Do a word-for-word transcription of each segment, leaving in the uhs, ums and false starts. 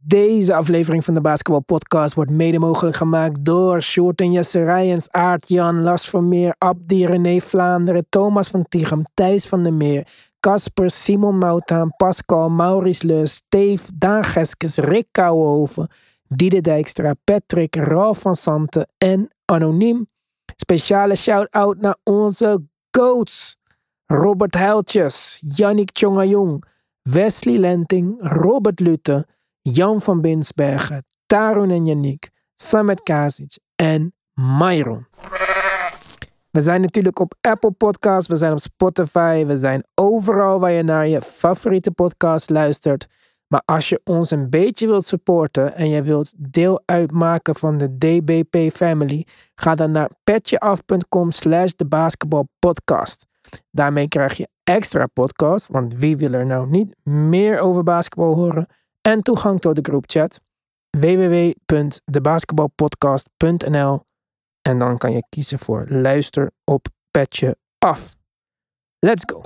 Deze aflevering van de Basketball Podcast wordt mede mogelijk gemaakt door Sjoerd en Jesse Rijens, Aart Jan, Las Vermeer, Abdi, René Vlaanderen, Thomas van Tichem, Thijs van der Meer, Casper, Simon Moutaan, Pascal, Maurice Leus, Steve, Daan Geskes, Rick Kouwenhoven, Diede Dijkstra, Patrick, Ralf van Santen en Anoniem. Speciale shout-out naar onze GOATs. Robert Huiltjes, Yannick Tjongajong, Wesley Lenting, Robert Lutte, Jan van Binsbergen, Tarun en Yannick, Samet Kazic en Myron. We zijn natuurlijk op Apple Podcasts, we zijn op Spotify, we zijn overal waar je naar je favoriete podcast luistert. Maar als je ons een beetje wilt supporten en je wilt deel uitmaken van de D B P family, ga dan naar petjeaf.com slash de basketbalpodcast. Daarmee krijg je extra podcast, want wie wil er nou niet meer over basketbal horen? En toegang tot de groepchat w w w punt de basketbalpodcast punt n l en dan kan je kiezen voor luister op Petje Af. Let's go!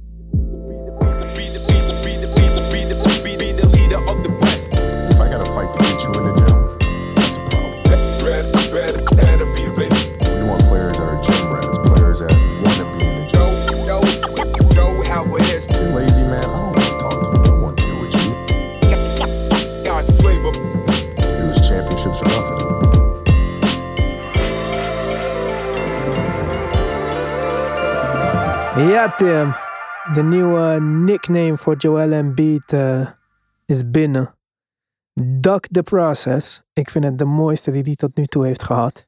If I gotta fight to get you in the gym, that's a problem. We want players that are gym rats, players that want to be in the gym. If you're lazy, man, I don't want to talk to you. I don't want to deal with you. It was championships or nothing. Ja, Tim. De nieuwe nickname voor Joel Embiid uh, is binnen. Duck the process. Ik vind het de mooiste die hij tot nu toe heeft gehad.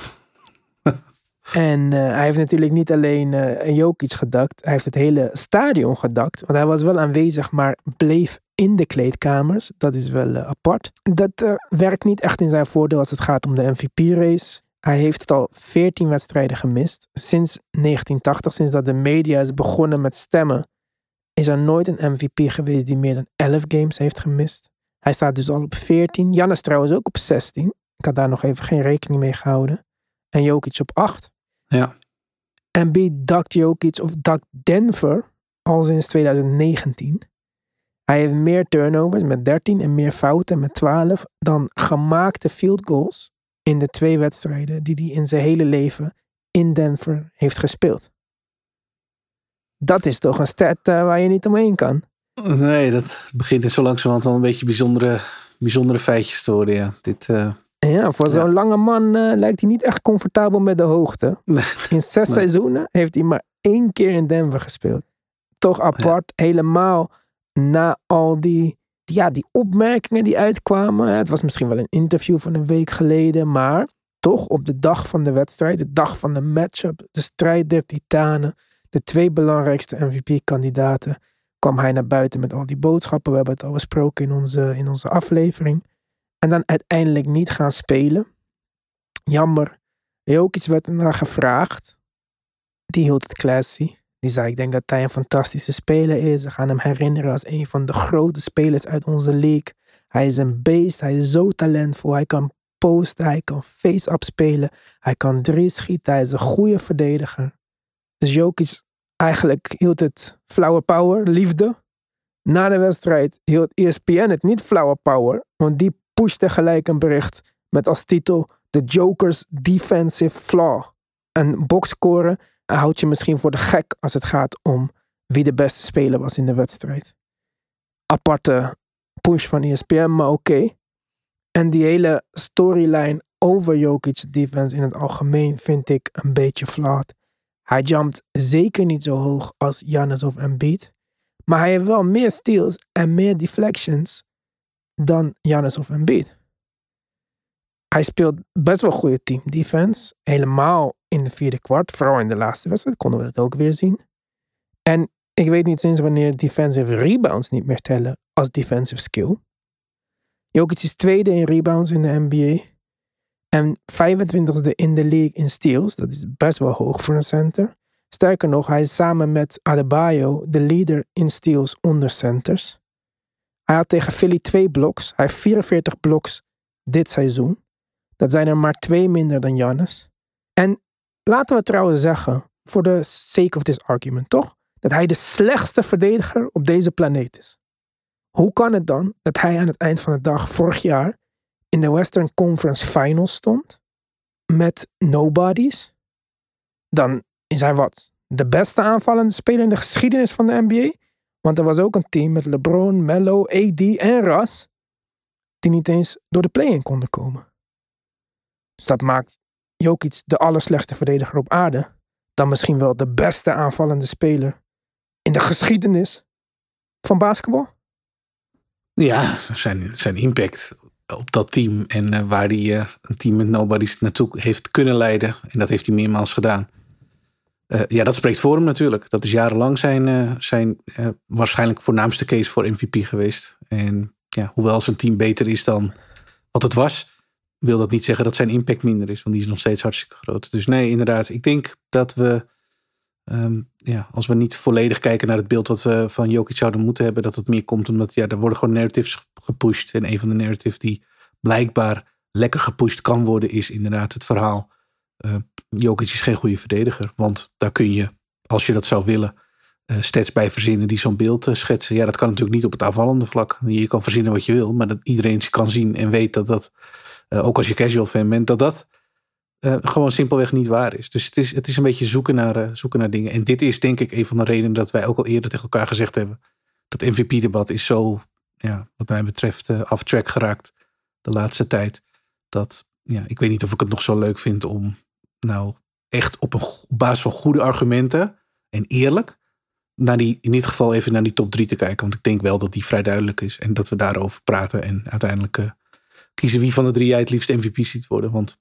En uh, hij heeft natuurlijk niet alleen uh, Jokic gedakt. Hij heeft het hele stadion gedakt. Want hij was wel aanwezig, maar bleef in de kleedkamers. Dat is wel uh, apart. Dat uh, werkt niet echt in zijn voordeel als het gaat om de M V P-race. Hij heeft het al veertien wedstrijden gemist. Sinds negentien tachtig, sinds dat de media is begonnen met stemmen, is er nooit een M V P geweest die meer dan elf games heeft gemist. Hij staat dus al op veertien. Giannis trouwens ook op zestien. Ik had daar nog even geen rekening mee gehouden. En Jokic op acht. Ja. Embiid dakt Jokic of dakt Denver al sinds twintig negentien. Hij heeft meer turnovers met dertien en meer fouten met twaalf dan gemaakte field goals in de twee wedstrijden die hij in zijn hele leven in Denver heeft gespeeld. Dat is toch een stat uh, waar je niet omheen kan. Nee, dat begint zo langzamerhand wel een beetje bijzondere, bijzondere feitjes te worden. Ja. Dit, uh... ja, voor zo'n ja. lange man uh, lijkt hij niet echt comfortabel met de hoogte. Nee. In zes nee. seizoenen heeft hij maar één keer in Denver gespeeld. Toch apart, ja. helemaal na al die, ja, die opmerkingen die uitkwamen. Het was misschien wel een interview van een week geleden, maar toch op de dag van de wedstrijd, de dag van de matchup, de strijd der titanen, de twee belangrijkste M V P-kandidaten, kwam hij naar buiten met al die boodschappen. We hebben het al besproken in onze, in onze aflevering. En dan uiteindelijk niet gaan spelen. Jammer. Jokic werd ernaar gevraagd. Die hield het classy. Die zei, ik denk dat hij een fantastische speler is. Ze gaan hem herinneren als een van de grote spelers uit onze league. Hij is een beest. Hij is zo talentvol. Hij kan posten. Hij kan face-up spelen. Hij kan drie schieten. Hij is een goede verdediger. Dus Jokic eigenlijk hield het flower power, liefde. Na de wedstrijd hield E S P N het niet flower power. Want die pushte gelijk een bericht met als titel The Joker's Defensive Flaw. Een boxscore houdt je misschien voor de gek als het gaat om wie de beste speler was in de wedstrijd. Aparte push van E S P N, maar oké. Okay. En die hele storyline over Jokic's defense in het algemeen vind ik een beetje flawed. Hij jumpt zeker niet zo hoog als Giannis of Embiid. Maar hij heeft wel meer steals en meer deflections dan Giannis of Embiid. Hij speelt best wel goede team defense. Helemaal in de vierde kwart. Vooral in de laatste wedstrijd konden we dat ook weer zien. En ik weet niet sinds wanneer defensive rebounds niet meer tellen als defensive skill. Jokic is tweede in rebounds in de N B A. En vijfentwintigste in de league in steals. Dat is best wel hoog voor een center. Sterker nog, hij is samen met Adebayo de leader in steals onder centers. Hij had tegen Philly twee bloks. Hij heeft vierenveertig bloks dit seizoen. Dat zijn er maar twee minder dan Giannis. En laten we trouwens zeggen, voor the sake of this argument, toch? Dat hij de slechtste verdediger op deze planeet is. Hoe kan het dan dat hij aan het eind van de dag vorig jaar in de Western Conference Finals stond met nobodies? Dan is hij wat? De beste aanvallende speler in de geschiedenis van de N B A? Want er was ook een team met LeBron, Melo, A D en Russ die niet eens door de play-in konden komen. Dus dat maakt Jokic de allerslechtste verdediger op aarde. Dan misschien wel de beste aanvallende speler in de geschiedenis van basketbal. Ja, zijn, zijn impact op dat team en uh, waar hij uh, een team met nobodies naartoe heeft kunnen leiden. En dat heeft hij meermaals gedaan. Uh, ja, dat spreekt voor hem natuurlijk. Dat is jarenlang zijn, uh, zijn uh, waarschijnlijk voornaamste case voor M V P geweest. En ja, hoewel zijn team beter is dan wat het was, wil dat niet zeggen dat zijn impact minder is. Want die is nog steeds hartstikke groot. Dus nee, inderdaad. Ik denk dat we, um, ja, als we niet volledig kijken naar het beeld wat we van Jokic zouden moeten hebben, dat het meer komt omdat ja, er worden gewoon narratives gepusht. En een van de narratives die blijkbaar lekker gepusht kan worden, is inderdaad het verhaal. Uh, Jokic is geen goede verdediger. Want daar kun je, als je dat zou willen, uh, stats bij verzinnen die zo'n beeld uh, schetsen. Ja, dat kan natuurlijk niet op het aanvallende vlak. Je kan verzinnen wat je wil, maar dat iedereen kan zien en weet dat dat, uh, ook als je casual fan bent, dat dat uh, gewoon simpelweg niet waar is. Dus het is, het is een beetje zoeken naar, uh, zoeken naar dingen. En dit is denk ik een van de redenen dat wij ook al eerder tegen elkaar gezegd hebben. Dat M V P-debat is zo, ja, wat mij betreft, uh, off track geraakt de laatste tijd. Dat, ja, ik weet niet of ik het nog zo leuk vind om nou echt op, een, op basis van goede argumenten en eerlijk naar die, in dit geval even naar die top drie te kijken. Want ik denk wel dat die vrij duidelijk is. En dat we daarover praten. En uiteindelijk uh, kiezen wie van de drie jij het liefst M V P ziet worden. Want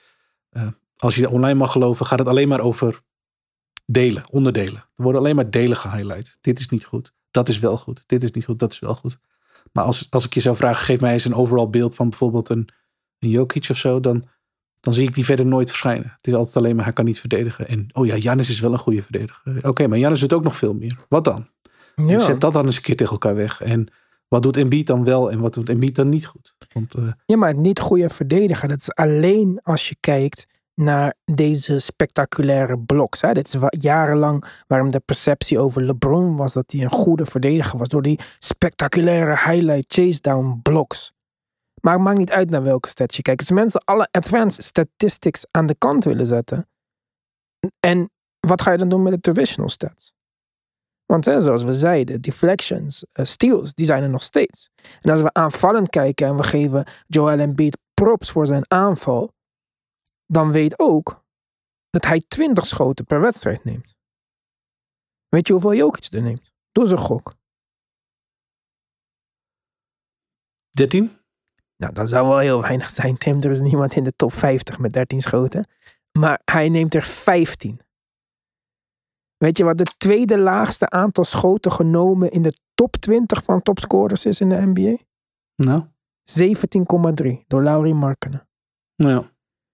uh, als je online mag geloven, gaat het alleen maar over delen, onderdelen. Er worden alleen maar delen gehighlight. Dit is niet goed. Dat is wel goed. Dit is niet goed. Dat is wel goed. Maar als, als ik je zou vragen, geef mij eens een overal beeld van bijvoorbeeld een, een Jokic of zo, dan dan zie ik die verder nooit verschijnen. Het is altijd alleen maar, hij kan niet verdedigen. En oh ja, Giannis is wel een goede verdediger. Oké, okay, maar Giannis doet ook nog veel meer. Wat dan? Ja. Zet dat dan eens een keer tegen elkaar weg. En wat doet Embiid dan wel en wat doet Embiid dan niet goed? Want, uh... Ja, maar het niet goede verdediger, dat is alleen als je kijkt naar deze spectaculaire bloks. Hè. Dit is jarenlang waarom de perceptie over LeBron was dat hij een goede verdediger was. Door die spectaculaire highlight chase down bloks. Maar het maakt niet uit naar welke stats je kijkt. Als mensen alle advanced statistics aan de kant willen zetten. En wat ga je dan doen met de traditional stats? Want hè, zoals we zeiden, deflections, uh, steals, die zijn er nog steeds. En als we aanvallend kijken en we geven Joel Embiid props voor zijn aanval, dan weet ook dat hij twintig schoten per wedstrijd neemt. Weet je hoeveel Jokic er neemt? Doe eens een gok. dertien? Nou, dat zou wel heel weinig zijn, Tim. Er is niemand in de top vijftig met dertien schoten. Maar hij neemt er vijftien. Weet je wat de tweede laagste aantal schoten genomen in de top twintig van topscorers is in de N B A? Nou? zeventien komma drie door Lauri Markkanen. Nou.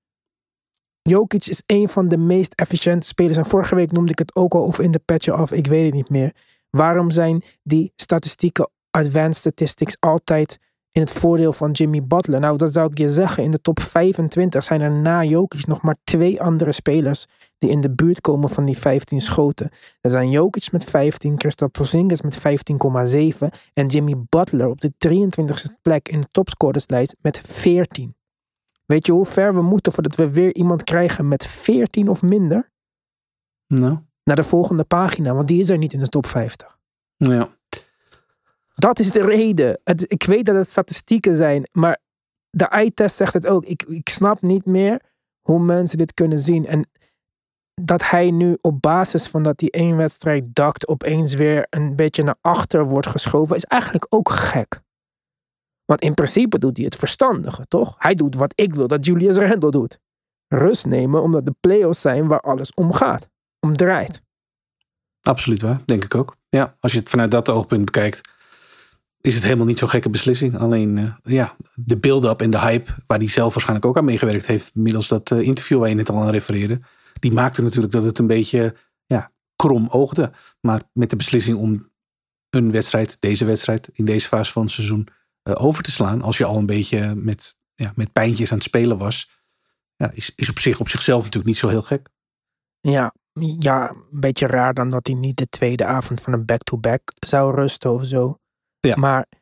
Jokic is een van de meest efficiënte spelers. En vorige week noemde ik het ook al of in de patch af. Ik weet het niet meer. Waarom zijn die statistieken, advanced statistics, altijd in het voordeel van Jimmy Butler? Nou, dat zou ik je zeggen. In de top vijfentwintig zijn er na Jokic nog maar twee andere spelers die in de buurt komen van die vijftien schoten. Dat zijn Jokic met vijftien, Kristaps Porzingis met vijftien komma zeven en Jimmy Butler op de drieëntwintigste plek in de topscorerslijst met veertien. Weet je hoe ver we moeten voordat we weer iemand krijgen met veertien of minder? Nou. Naar de volgende pagina, want die is er niet in de top vijftig. Ja. Dat is de reden. Het, ik weet dat het statistieken zijn, maar de eye-test zegt het ook. Ik, ik snap niet meer hoe mensen dit kunnen zien. En dat hij nu op basis van dat hij één wedstrijd dakt opeens weer een beetje naar achter wordt geschoven, is eigenlijk ook gek. Want in principe doet hij het verstandige, toch? Hij doet wat ik wil dat Julius Randle doet. Rust nemen, omdat de play-offs zijn waar alles om gaat. Om draait. Absoluut waar, denk ik ook. Ja, als je het vanuit dat oogpunt bekijkt, is het helemaal niet zo'n gekke beslissing. Alleen uh, ja, de build-up en de hype, waar hij zelf waarschijnlijk ook aan meegewerkt heeft, middels dat uh, interview waar je net al aan refereerde, die maakte natuurlijk dat het een beetje ja, krom oogde. Maar met de beslissing om een wedstrijd, deze wedstrijd, in deze fase van het seizoen uh, over te slaan, als je al een beetje met, ja, met pijntjes aan het spelen was, ja, is, is op zich op zichzelf natuurlijk niet zo heel gek. Ja, ja, een beetje raar dan dat hij niet de tweede avond van een back-to-back zou rusten of zo. Ja. Maar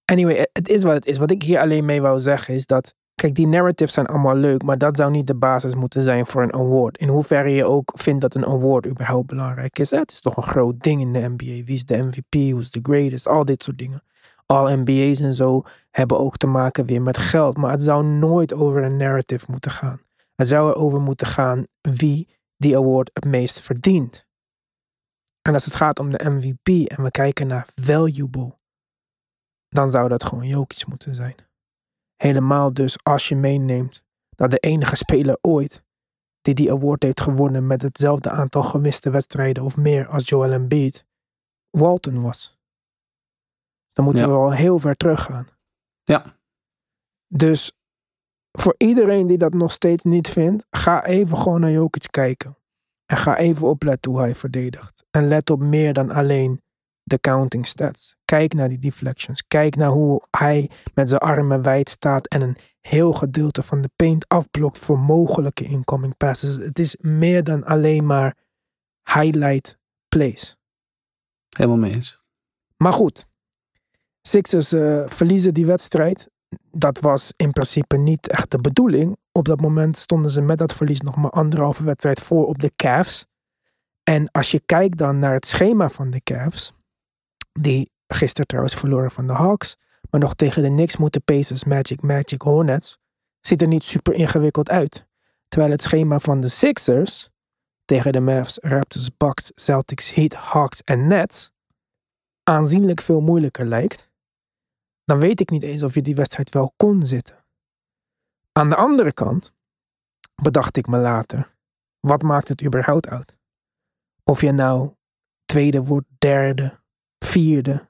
Anyway, het is wat het is. Wat ik hier alleen mee wou zeggen is dat... Kijk, die narratives zijn allemaal leuk, maar dat zou niet de basis moeten zijn voor een award. In hoeverre je ook vindt dat een award überhaupt belangrijk is. Hè? Het is toch een groot ding in de N B A. Wie is de M V P? Who's the greatest? Al dit soort dingen. All N B A's en zo hebben ook te maken weer met geld. Maar het zou nooit over een narrative moeten gaan. Het zou erover moeten gaan wie die award het meest verdient. En als het gaat om de M V P en we kijken naar valuable, dan zou dat gewoon Jokic moeten zijn. Helemaal dus als je meeneemt dat de enige speler ooit die die award heeft gewonnen met hetzelfde aantal gewiste wedstrijden of meer als Joel Embiid, Walton was. Dan moeten ja. we al heel ver teruggaan. Ja. Dus voor iedereen die dat nog steeds niet vindt, ga even gewoon naar Jokic kijken. En ga even opletten hoe hij verdedigt. En let op meer dan alleen de counting stats. Kijk naar die deflections. Kijk naar hoe hij met zijn armen wijd staat en een heel gedeelte van de paint afblokt voor mogelijke incoming passes. Het is meer dan alleen maar highlight plays. Helemaal mee eens. Maar goed, Sixers uh, verliezen die wedstrijd. Dat was in principe niet echt de bedoeling. Op dat moment stonden ze met dat verlies nog maar anderhalve wedstrijd voor op de Cavs. En als je kijkt dan naar het schema van de Cavs, die gisteren trouwens verloren van de Hawks, maar nog tegen de Knicks moeten Pacers, Magic, Magic, Hornets, ziet er niet super ingewikkeld uit. Terwijl het schema van de Sixers tegen de Mavs, Raptors, Bucks, Celtics, Heat, Hawks en Nets aanzienlijk veel moeilijker lijkt. Dan weet ik niet eens of je die wedstrijd wel kon zitten. Aan de andere kant bedacht ik me later, wat maakt het überhaupt uit? Of je nou tweede wordt, derde, vierde.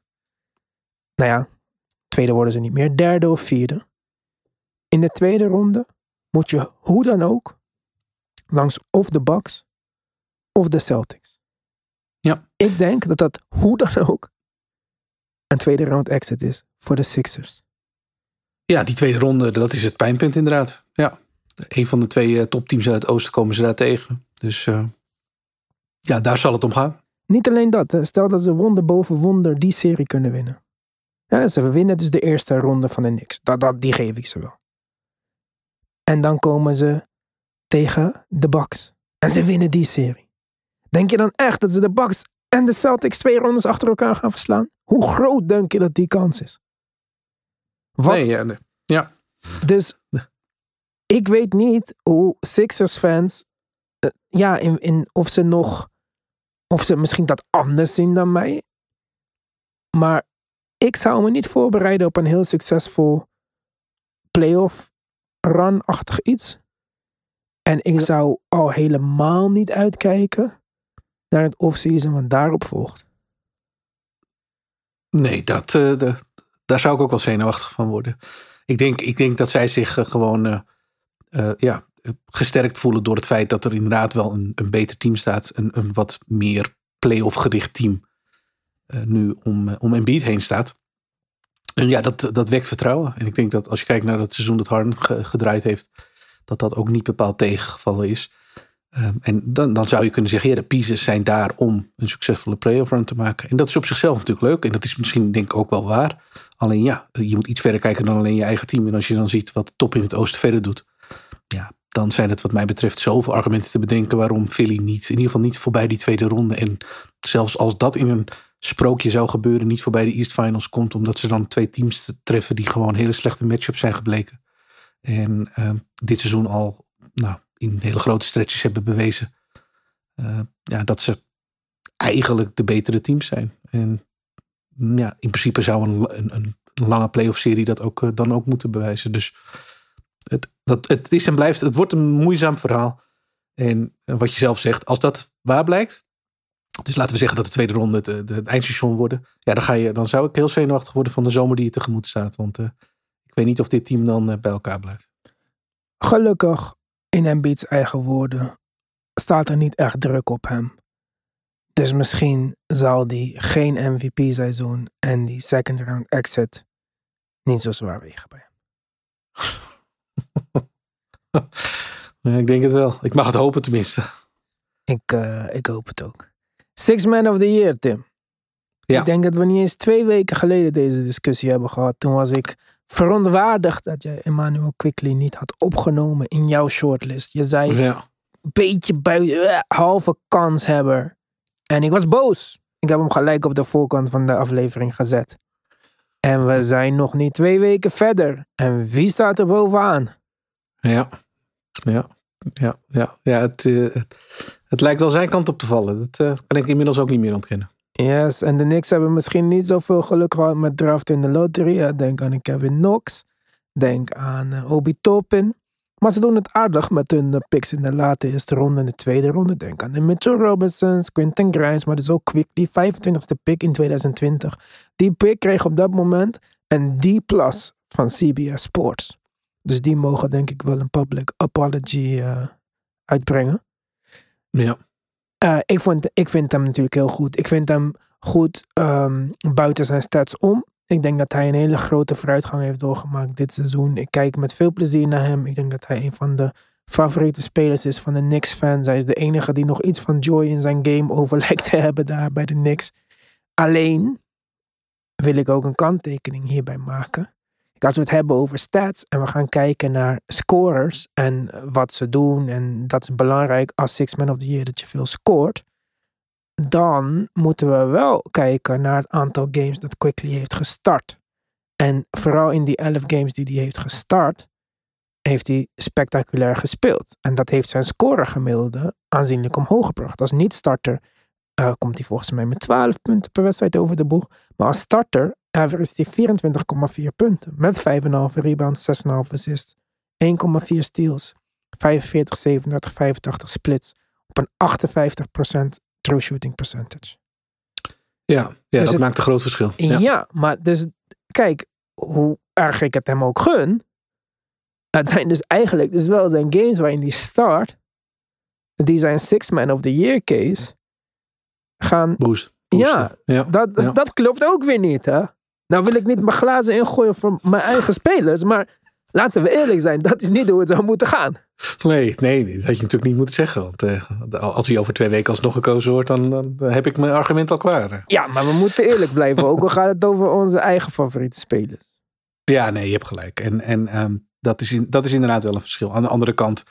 Nou ja, tweede worden ze niet meer, derde of vierde. In de tweede ronde moet je hoe dan ook langs of de Bucks of de Celtics. Ja. Ik denk dat dat hoe dan ook een tweede round exit is voor de Sixers. Ja, die tweede ronde, dat is het pijnpunt inderdaad. Ja, een van de twee uh, topteams uit het oosten komen ze daar tegen. Dus uh, ja, daar zal het om gaan. Niet alleen dat. Hè. Stel dat ze wonder boven wonder die serie kunnen winnen. Ja, ze winnen dus de eerste ronde van de Knicks. Dat, dat, die geef ik ze wel. En dan komen ze tegen de Bucks. En ze winnen die serie. Denk je dan echt dat ze de Bucks en de Celtics twee rondes achter elkaar gaan verslaan? Hoe groot denk je dat die kans is? Wat? Nee, ja, nee. ja. Dus ik weet niet hoe Sixers fans, uh, ja, in, in, of ze nog, of ze misschien dat anders zien dan mij. Maar ik zou me niet voorbereiden op een heel succesvol playoff run-achtig iets. En ik zou al helemaal niet uitkijken naar het offseason wat daarop volgt. Nee, dat, uh, de, daar zou ik ook wel zenuwachtig van worden. Ik denk, ik denk dat zij zich uh, gewoon uh, uh, ja, gesterkt voelen door het feit dat er inderdaad wel een, een beter team staat. Een, een wat meer play-off gericht team uh, nu om, uh, om Embiid heen staat. En ja, dat, dat wekt vertrouwen. En ik denk dat als je kijkt naar het seizoen dat Harden ge, gedraaid heeft, dat dat ook niet bepaald tegengevallen is. Um, en dan, dan zou je kunnen zeggen, ja, de pieces zijn daar om een succesvolle play-off run te maken. En dat is op zichzelf natuurlijk leuk. En dat is misschien denk ik ook wel waar. Alleen ja, je moet iets verder kijken dan alleen je eigen team. En als je dan ziet wat de top in het oosten verder doet, ja, dan zijn het wat mij betreft zoveel argumenten te bedenken waarom Philly niet, in ieder geval niet voorbij die tweede ronde. En zelfs als dat in een sprookje zou gebeuren, niet voorbij de East Finals komt, omdat ze dan twee teams treffen die gewoon hele slechte matchups zijn gebleken. En uh, dit seizoen al nou, in hele grote stretches hebben bewezen uh, ja, dat ze eigenlijk de betere teams zijn. En ja, in principe zou een, een, een lange playoff serie dat ook uh, dan ook moeten bewijzen. Dus het, dat, het is en blijft, het wordt een moeizaam verhaal. En uh, wat je zelf zegt, als dat waar blijkt, dus laten we zeggen dat de tweede ronde het, het, het eindstation worden, ja, dan, ga je, dan zou ik heel zenuwachtig worden van de zomer die je tegemoet staat. Want uh, ik weet niet of dit team dan uh, bij elkaar blijft. Gelukkig, in Embiid's eigen woorden, staat er niet echt druk op hem. Dus misschien zal die geen M V P-seizoen en die second round exit niet zo zwaar wegen bij hem. Ja, ik denk het wel. Ik mag het hopen tenminste. Ik, uh, ik hoop het ook. Six Man of the Year, Tim. Ja. Ik denk dat we niet eens twee weken geleden deze discussie hebben gehad. Toen was ik verontwaardigd dat jij Emmanuel Quickley niet had opgenomen in jouw shortlist. Je zei, Ja. beetje buiten, uh, halve kanshebber. En ik was boos. Ik heb hem gelijk op de voorkant van de aflevering gezet. En we zijn nog niet twee weken verder. En wie staat er bovenaan? Ja. Ja. Ja. Ja. ja het, uh, het, het lijkt wel zijn kant op te vallen. Dat uh, kan ik inmiddels ook niet meer ontkennen. Yes, en de Knicks hebben misschien niet zoveel geluk gehad met draft in de loterie. Ja, denk aan Kevin Knox. Denk aan uh, Obi Toppin. Maar ze doen het aardig met hun uh, picks in de late eerste ronde en de tweede ronde. Denk aan de Mitchell Robinsons, Quentin Grimes, maar dus ook Quickley, vijfentwintigste pick in twintig twintig. Die pick kreeg op dat moment een D plus van C B S Sports. Dus die mogen denk ik wel een public apology uh, uitbrengen. Ja. Uh, ik, vond, ik vind hem natuurlijk heel goed. Ik vind hem goed um, buiten zijn stats om. Ik denk dat hij een hele grote vooruitgang heeft doorgemaakt dit seizoen. Ik kijk met veel plezier naar hem. Ik denk dat hij een van de favoriete spelers is van de Knicks-fans. Hij is de enige die nog iets van joy in zijn game over lijkt te hebben daar bij de Knicks. Alleen wil ik ook een kanttekening hierbij maken. Als we het hebben over stats en we gaan kijken naar scorers en wat ze doen, en dat is belangrijk als Sixth Man of the Year dat je veel scoort, dan moeten we wel kijken naar het aantal games dat Quickley heeft gestart. En vooral in die elf games die hij heeft gestart, heeft hij spectaculair gespeeld. En dat heeft zijn scoregemiddelde aanzienlijk omhoog gebracht. Als niet-starter uh, komt hij volgens mij met twaalf punten per wedstrijd over de boeg. Maar als starter average hij vierentwintig komma vier punten. Met vijf komma vijf rebounds, zes komma vijf assists, één komma vier steals, vijfenveertig, zevenendertig, vijfentachtig splits. Op een achtenvijftig procent true shooting percentage. Ja, ja dus dat het, maakt een groot verschil. Ja, ja, maar dus kijk, hoe erg ik het hem ook gun. Het zijn dus eigenlijk dus wel zijn games waarin die start, die zijn Sixth Man of the Year case, gaan... Boost. Ja, ja, dat, ja. dat klopt ook weer niet, hè. Nou wil ik niet mijn glazen ingooien voor mijn eigen spelers, maar laten we eerlijk zijn, dat is niet hoe het zou moeten gaan. Nee, nee, dat had je natuurlijk niet moeten zeggen. Want uh, als hij over twee weken alsnog gekozen wordt, dan, dan heb ik mijn argument al klaar. Ja, maar we moeten eerlijk blijven. Ook al gaat het over onze eigen favoriete spelers. Ja, nee, je hebt gelijk. En, en um, dat, is in, dat is inderdaad wel een verschil. Aan de andere kant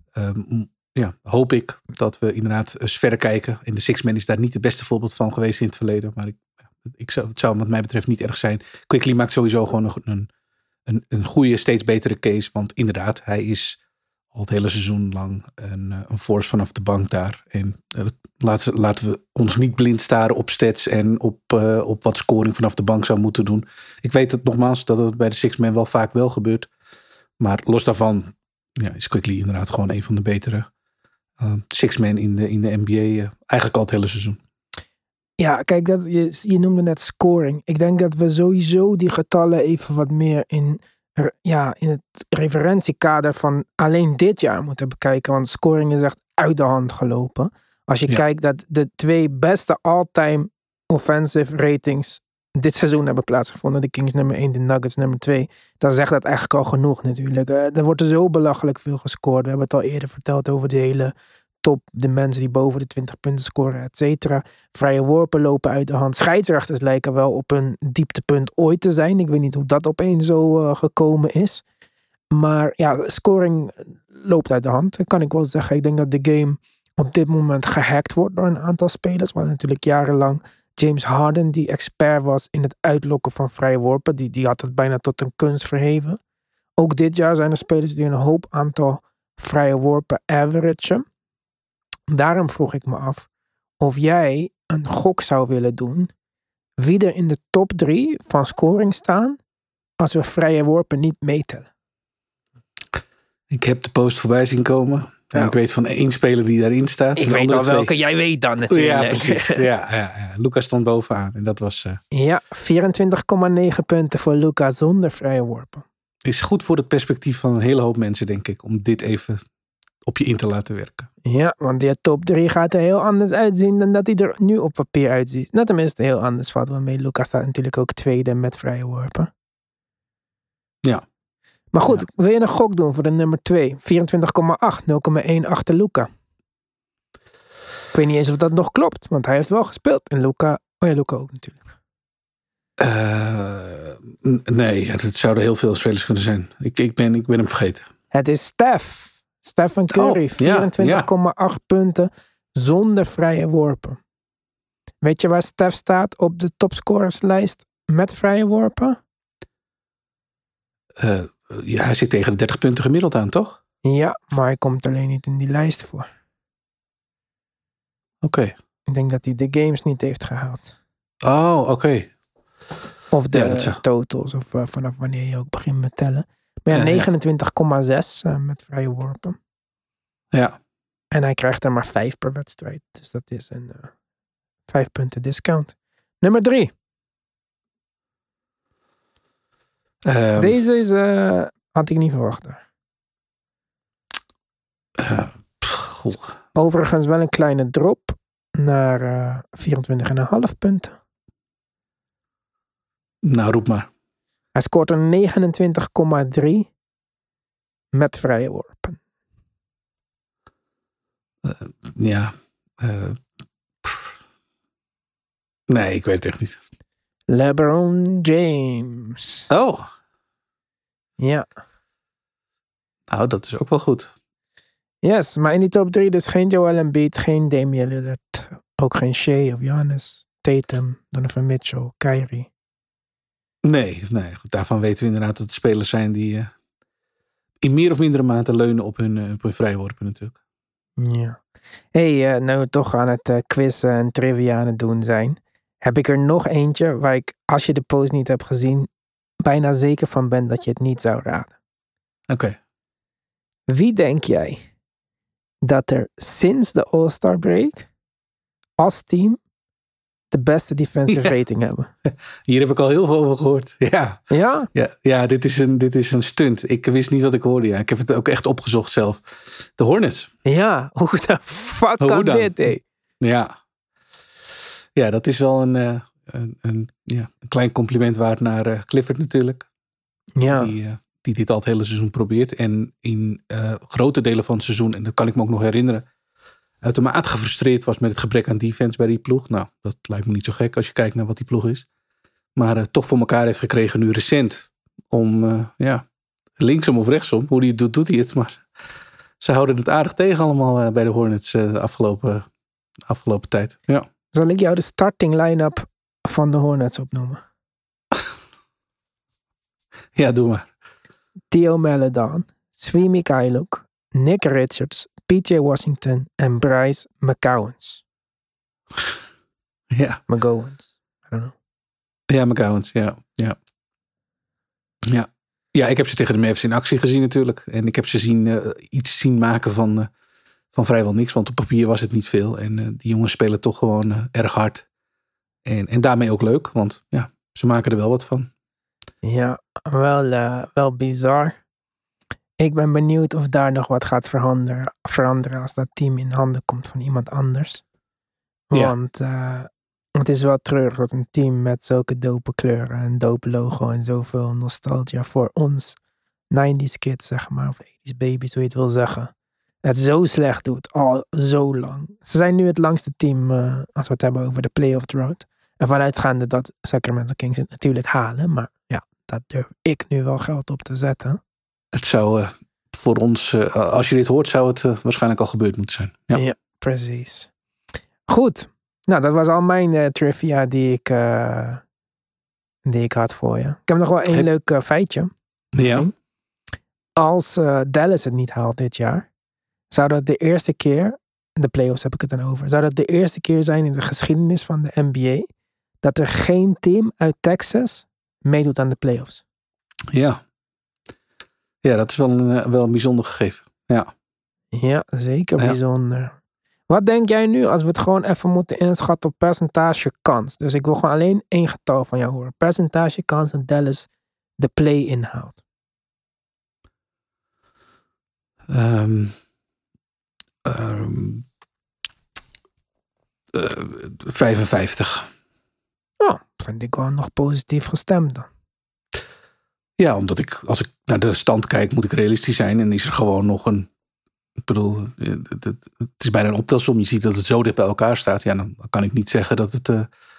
um, ja, hoop ik dat we inderdaad eens verder kijken. En de Sixth Man is daar niet het beste voorbeeld van geweest in het verleden. Maar ik, ik zou, het zou wat mij betreft niet erg zijn. Quickley maakt sowieso gewoon een, een, een, een goede, steeds betere case. Want inderdaad, hij is al het hele seizoen lang een, een force vanaf de bank daar. En uh, laten, laten we ons niet blind staren op stats en op, uh, op wat scoring vanaf de bank zou moeten doen. Ik weet het nogmaals dat het bij de Sixth Man wel vaak wel gebeurt. Maar los daarvan ja, is Quickley inderdaad gewoon een van de betere uh, Sixth Man in de, in de N B A. Uh, eigenlijk al het hele seizoen. Ja, kijk, dat, je, je noemde net scoring. Ik denk dat we sowieso die getallen even wat meer in, ja, in het referentiekader van alleen dit jaar moeten bekijken. Want scoring is echt uit de hand gelopen. Als je ja. kijkt dat de twee beste all-time offensive ratings dit seizoen hebben plaatsgevonden. De Kings nummer één, de Nuggets nummer twee. Dan zegt dat eigenlijk al genoeg natuurlijk. Er wordt er zo belachelijk veel gescoord. We hebben het al eerder verteld over de hele top. De mensen die boven de twintig punten scoren, et cetera. Vrije worpen lopen uit de hand. Scheidsrechters lijken wel op een dieptepunt ooit te zijn. Ik weet niet hoe dat opeens zo uh, gekomen is. Maar ja, scoring loopt uit de hand. Dat kan ik wel zeggen. Ik denk dat de game op dit moment gehackt wordt door een aantal spelers. Want natuurlijk jarenlang James Harden, die expert was in het uitlokken van vrije worpen. Die, die had het bijna tot een kunst verheven. Ook dit jaar zijn er spelers die een hoop aantal vrije worpen averagen. Daarom vroeg ik me af of jij een gok zou willen doen wie er in de top drie van scoring staan als we vrije worpen niet meetellen. Ik heb de post voorbij zien komen. En ja. ik weet van één speler die daarin staat. Ik weet al welke twee. Jij weet dan natuurlijk. Ja, precies. ja, ja, ja. Luka stond bovenaan. En dat was... Uh... Ja, vierentwintig komma negen punten voor Luka zonder vrije worpen. Is goed voor het perspectief van een hele hoop mensen, denk ik. Om dit even op je in te laten werken. Ja, want die top drie gaat er heel anders uitzien dan dat hij er nu op papier uitziet. Nou, tenminste heel anders valt wel mee. Luka staat natuurlijk ook tweede met vrije worpen. Ja. Maar goed, ja. wil je een gok doen voor de nummer twee? vierentwintig komma acht, nul komma één achter Luka. Ik weet niet eens of dat nog klopt, want hij heeft wel gespeeld. En Luka Oh ja, Luka ook natuurlijk. Uh, n- nee, ja, het zouden heel veel spelers kunnen zijn. Ik, ik, ben, ik ben hem vergeten. Het is Steph. Stephen Curry, Oh, vierentwintig komma acht ja, ja. punten zonder vrije worpen. Weet je waar Steph staat op de topscorerslijst met vrije worpen? Uh, ja, hij zit tegen de dertig punten gemiddeld aan, toch? Ja, maar hij komt alleen niet in die lijst voor. Oké. Okay. Ik denk dat hij de games niet heeft gehaald. Oh, oké. Okay. Of de ja, totals, of uh, vanaf wanneer je ook begint met tellen. Maar ja, negenentwintig komma zes uh, met vrije worpen. Ja. En hij krijgt er maar vijf per wedstrijd. Dus dat is een uh, vijf punten discount. Nummer drie. Um, Deze is, uh, had ik niet verwacht. Uh, pff, Overigens wel een kleine drop naar uh, vierentwintig komma vijf punten. Nou, roep maar. Hij scoort een negenentwintig komma drie met vrije worpen. Uh, ja. Uh, nee, ik weet het echt niet. LeBron James. Oh. Ja. Nou, dat is ook wel goed. Yes, maar in die top drie dus geen Joel Embiid, geen Damian Lillard, ook geen Shea of Giannis, Tatum, Donovan Mitchell, Kyrie. Nee, nee goed, daarvan weten we inderdaad dat het spelers zijn die uh, in meer of mindere mate leunen op hun, uh, op hun vrijworpen natuurlijk. Ja. Hey, uh, nou we toch aan het uh, quizzen en trivia aan het doen zijn, heb ik er nog eentje waar ik, als je de post niet hebt gezien, bijna zeker van ben dat je het niet zou raden. Oké. Okay. Wie denk jij dat er sinds de All-Star break als team de beste defensive ja. rating hebben? Hier heb ik al heel veel over gehoord. Ja, ja? ja, ja dit, is een, dit is een stunt. Ik wist niet wat ik hoorde. Ja. Ik heb het ook echt opgezocht zelf. De Hornets. Ja, hoe de fuck hoe kan dan? dit? Hé? Ja. ja, dat is wel een, uh, een, een, ja, een klein compliment waard naar uh, Clifford natuurlijk. Ja. Die, uh, die dit al het hele seizoen probeert. En in uh, grote delen van het seizoen, en dat kan ik me ook nog herinneren, uitermate gefrustreerd was met het gebrek aan defense bij die ploeg. Nou, dat lijkt me niet zo gek als je kijkt naar wat die ploeg is. Maar uh, toch voor elkaar heeft gekregen nu recent. Om, uh, ja, linksom of rechtsom, hoe hij het doet, doet hij het. Maar ze houden het aardig tegen allemaal uh, bij de Hornets uh, de afgelopen, afgelopen tijd. Ja. Zal ik jou de starting line-up van de Hornets opnoemen? Ja, doe maar. Theo Maledon, Svi Mikhailuk, Nick Richards, P J Washington en Bryce McGowens. Ja. McGowens. I don't know. Ja, McGowens. Ja. Ja. Ja. Ja, ik heb ze tegen de Mavs in actie gezien natuurlijk. En ik heb ze zien, uh, iets zien maken van, uh, van vrijwel niks. Want op papier was het niet veel. En uh, die jongens spelen toch gewoon uh, erg hard. En, en daarmee ook leuk. Want ja, ze maken er wel wat van. Ja, wel, uh, wel bizar. Ik ben benieuwd of daar nog wat gaat veranderen, veranderen als dat team in handen komt van iemand anders. Want ja. uh, het is wel treurig dat een team met zulke dope kleuren en dope logo en zoveel nostalgia voor ons nineties kids, zeg maar, of eighties babies, hoe je het wil zeggen, het zo slecht doet, al zo lang. Ze zijn nu het langste team, uh, als we het hebben over de playoff drought. En vanuitgaande dat Sacramento Kings het natuurlijk halen, maar ja, daar durf ik nu wel geld op te zetten. Het zou uh, voor ons, uh, als je dit hoort, zou het uh, waarschijnlijk al gebeurd moeten zijn. Ja, ja precies. Goed. Nou, dat was al mijn uh, trivia die ik, uh, die ik had voor je. Ik heb nog wel één hey. leuk uh, feitje. Ja. Als uh, Dallas het niet haalt dit jaar, zou dat de eerste keer, de playoffs heb ik het dan over, zou dat de eerste keer zijn in de geschiedenis van de N B A dat er geen team uit Texas meedoet aan de playoffs. Ja. Ja, dat is wel een, wel een bijzonder gegeven. Ja, ja zeker bijzonder. Ja. Wat denk jij nu als we het gewoon even moeten inschatten op percentage kans? Dus ik wil gewoon alleen één getal van jou horen. Percentage kans dat Dallas de play-in haalt. Um, um, uh, vijfenvijftig. Oh, vind ik wel nog positief gestemd dan. Ja, omdat ik, als ik naar de stand kijk, moet ik realistisch zijn. En is er gewoon nog een, ik bedoel, het, het, het is bijna een optelsom. Je ziet dat het zo dicht bij elkaar staat. Ja, dan kan ik niet zeggen dat het, uh,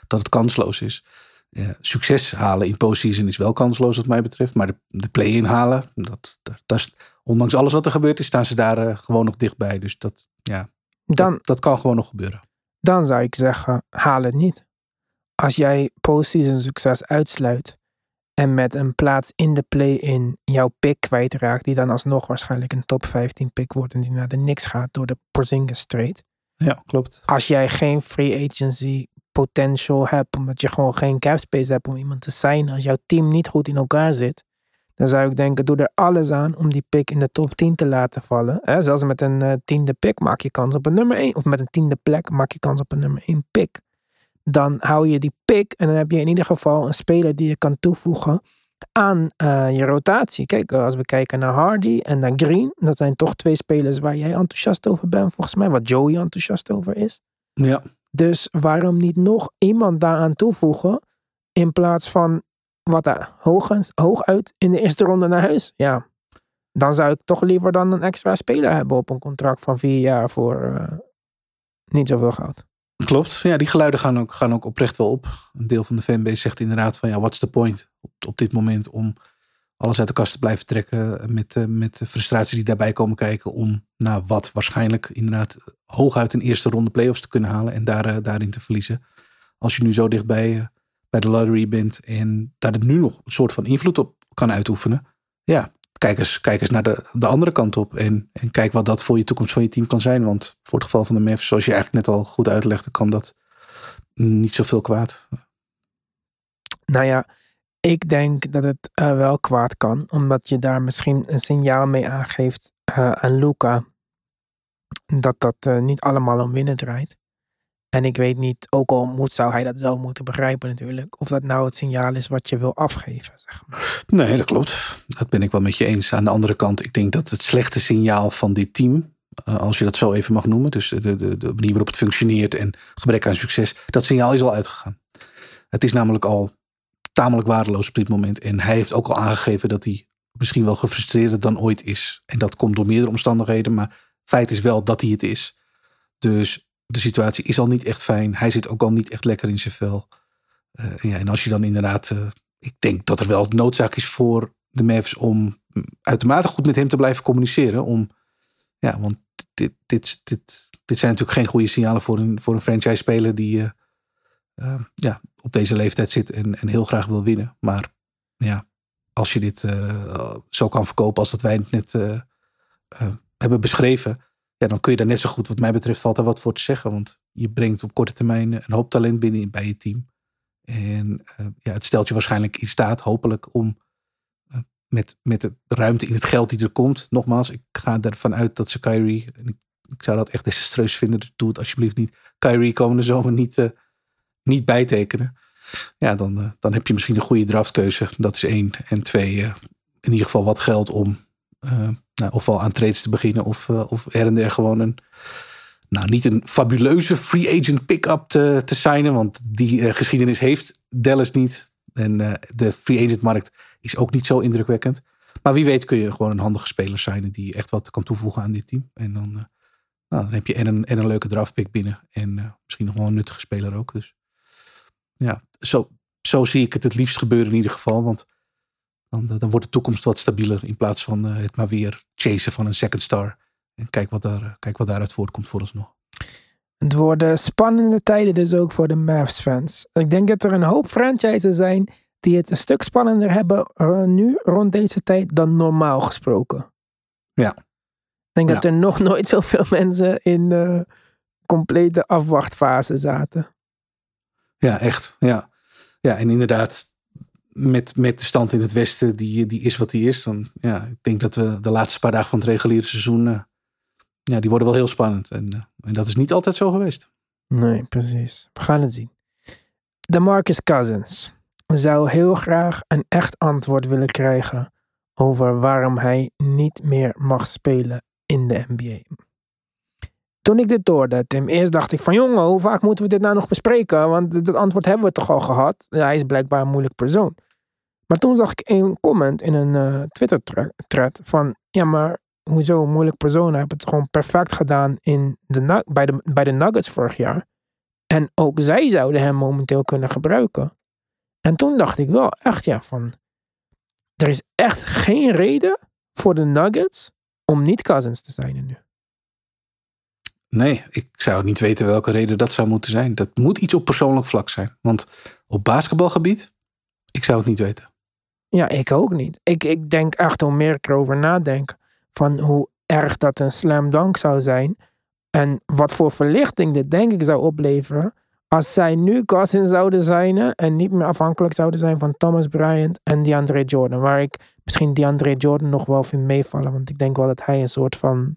dat het kansloos is. Uh, succes halen in postseason is wel kansloos wat mij betreft. Maar de, de play-in halen, dat, dat, dat is, ondanks alles wat er gebeurd is, staan ze daar uh, gewoon nog dichtbij. Dus dat, ja, dan, dat, dat kan gewoon nog gebeuren. Dan zou ik zeggen, haal het niet. Als jij postseason succes uitsluit en met een plaats in de play-in jouw pick kwijtraakt, die dan alsnog waarschijnlijk een top vijftien pick wordt en die naar de Knicks gaat door de Porzingis trade. Ja, klopt. Als jij geen free agency potential hebt, omdat je gewoon geen cap space hebt om iemand te signen, als jouw team niet goed in elkaar zit, dan zou ik denken, doe er alles aan om die pick in de top tien te laten vallen. He, zelfs met een uh, tiende pick maak je kans op een nummer één. Of met een tiende plek maak je kans op een nummer één pick. Dan hou je die pick en dan heb je in ieder geval een speler die je kan toevoegen aan uh, je rotatie. Kijk, als we kijken naar Hardy en naar Green, dat zijn toch twee spelers waar jij enthousiast over bent, volgens mij. Wat Joey enthousiast over is. Ja. Dus waarom niet nog iemand daaraan toevoegen in plaats van wat daar hooguit, hooguit in de eerste ronde naar huis? Ja, dan zou ik toch liever dan een extra speler hebben op een contract van vier jaar voor uh, niet zoveel geld. Klopt. Ja, die geluiden gaan ook, gaan ook oprecht wel op. Een deel van de fanbase zegt inderdaad van ja, what's the point op, op dit moment om alles uit de kast te blijven trekken met, uh, met de frustraties die daarbij komen kijken om nou, wat waarschijnlijk inderdaad hooguit een eerste ronde playoffs te kunnen halen en daar, uh, daarin te verliezen. Als je nu zo dichtbij uh, bij de lottery bent en daar het nu nog een soort van invloed op kan uitoefenen. Ja, kijk eens, kijk eens naar de, de andere kant op en, en kijk wat dat voor je toekomst van je team kan zijn. Want voor het geval van de Mavs, zoals je eigenlijk net al goed uitlegde, kan dat niet zoveel kwaad. Nou ja, ik denk dat het uh, wel kwaad kan. Omdat je daar misschien een signaal mee aangeeft uh, aan Luka. Dat dat uh, niet allemaal om winnen draait. En ik weet niet, ook al moet, zou hij dat wel moeten begrijpen natuurlijk. Of dat nou het signaal is wat je wil afgeven, zeg maar. Nee, dat klopt. Dat ben ik wel met je eens. Aan de andere kant, ik denk dat het slechte signaal van dit team, uh, als je dat zo even mag noemen, dus de, de, de manier waarop het functioneert en gebrek aan succes, dat signaal is al uitgegaan. Het is namelijk al tamelijk waardeloos op dit moment. En hij heeft ook al aangegeven dat hij misschien wel gefrustreerder dan ooit is. En dat komt door meerdere omstandigheden, maar feit is wel dat hij het is. Dus de situatie is al niet echt fijn. Hij zit ook al niet echt lekker in zijn vel. Uh, ja, en als je dan inderdaad, uh, ik denk dat er wel noodzaak is voor de Mavs om uitermate goed met hem te blijven communiceren. Om, ja, want dit, dit, dit, dit zijn natuurlijk geen goede signalen voor een, voor een franchise-speler die uh, uh, ja, op deze leeftijd zit en, en heel graag wil winnen. Maar ja, als je dit uh, zo kan verkopen als dat wij het net uh, uh, hebben beschreven, ja, dan kun je daar net zo goed, wat mij betreft, valt daar wat voor te zeggen. Want je brengt op korte termijn een hoop talent binnen bij je team. En uh, ja, het stelt je waarschijnlijk in staat, hopelijk, om uh, met, met de ruimte in het geld die er komt. Nogmaals, ik ga ervan uit dat ze Kyrie, en ik, ik zou dat echt desastreus vinden, dus doe het alsjeblieft niet, Kyrie komende zomer niet, uh, niet bijtekenen. Ja, dan, uh, dan heb je misschien een goede draftkeuze. Dat is één. En twee, uh, in ieder geval wat geld om Uh, nou, ofwel aan trades te beginnen of, uh, of her en der gewoon een, nou niet een fabuleuze free agent pick-up te, te signen, want die uh, geschiedenis heeft Dallas niet. En uh, de free agent markt is ook niet zo indrukwekkend. Maar wie weet kun je gewoon een handige speler signen die echt wat kan toevoegen aan dit team. En dan, uh, nou, dan heb je en een, en een leuke draftpick binnen en uh, misschien nog wel een nuttige speler ook. Dus ja, zo, zo zie ik het het liefst gebeuren in ieder geval, want Dan, dan wordt de toekomst wat stabieler in plaats van uh, het maar weer chasen van een second star. En kijk wat, daar, kijk wat daaruit voortkomt vooralsnog. Het worden spannende tijden dus ook voor de Mavs-fans. Ik denk dat er een hoop franchises zijn die het een stuk spannender hebben uh, nu rond deze tijd dan normaal gesproken. Ja. Ik denk ja. dat er nog nooit zoveel mensen in uh, complete afwachtfase zaten. Ja, echt. Ja, ja en inderdaad, Met, met de stand in het Westen, die, die is wat die is. Dan, ja, ik denk dat we de laatste paar dagen van het reguliere seizoen, uh, ja, die worden wel heel spannend. En, uh, en dat is niet altijd zo geweest. Nee, precies. We gaan het zien. DeMarcus Cousins zou heel graag een echt antwoord willen krijgen over waarom hij niet meer mag spelen in de N B A. Toen ik dit hoorde, Tim, eerst dacht ik van jongen, hoe vaak moeten we dit nou nog bespreken? Want dat antwoord hebben we toch al gehad. Ja, hij is blijkbaar een moeilijk persoon. Maar toen zag ik een comment in een uh, Twitter-thread van ja, maar hoezo een moeilijk persoon? Hij heeft het gewoon perfect gedaan in de, bij, de, bij de Nuggets vorig jaar. En ook zij zouden hem momenteel kunnen gebruiken. En toen dacht ik wel echt ja van... Er is echt geen reden voor de Nuggets om niet Cousins te zijn nu. Nee, ik zou niet weten welke reden dat zou moeten zijn. Dat moet iets op persoonlijk vlak zijn. Want op basketbalgebied, ik zou het niet weten. Ja, ik ook niet. Ik, ik denk echt hoe meer ik erover nadenk... van hoe erg dat een slam dunk zou zijn... en wat voor verlichting dit denk ik zou opleveren... als zij nu Cousins zouden zijn... en niet meer afhankelijk zouden zijn van Thomas Bryant en DeAndre Jordan. Waar ik misschien DeAndre Jordan nog wel vind meevallen... want ik denk wel dat hij een soort van...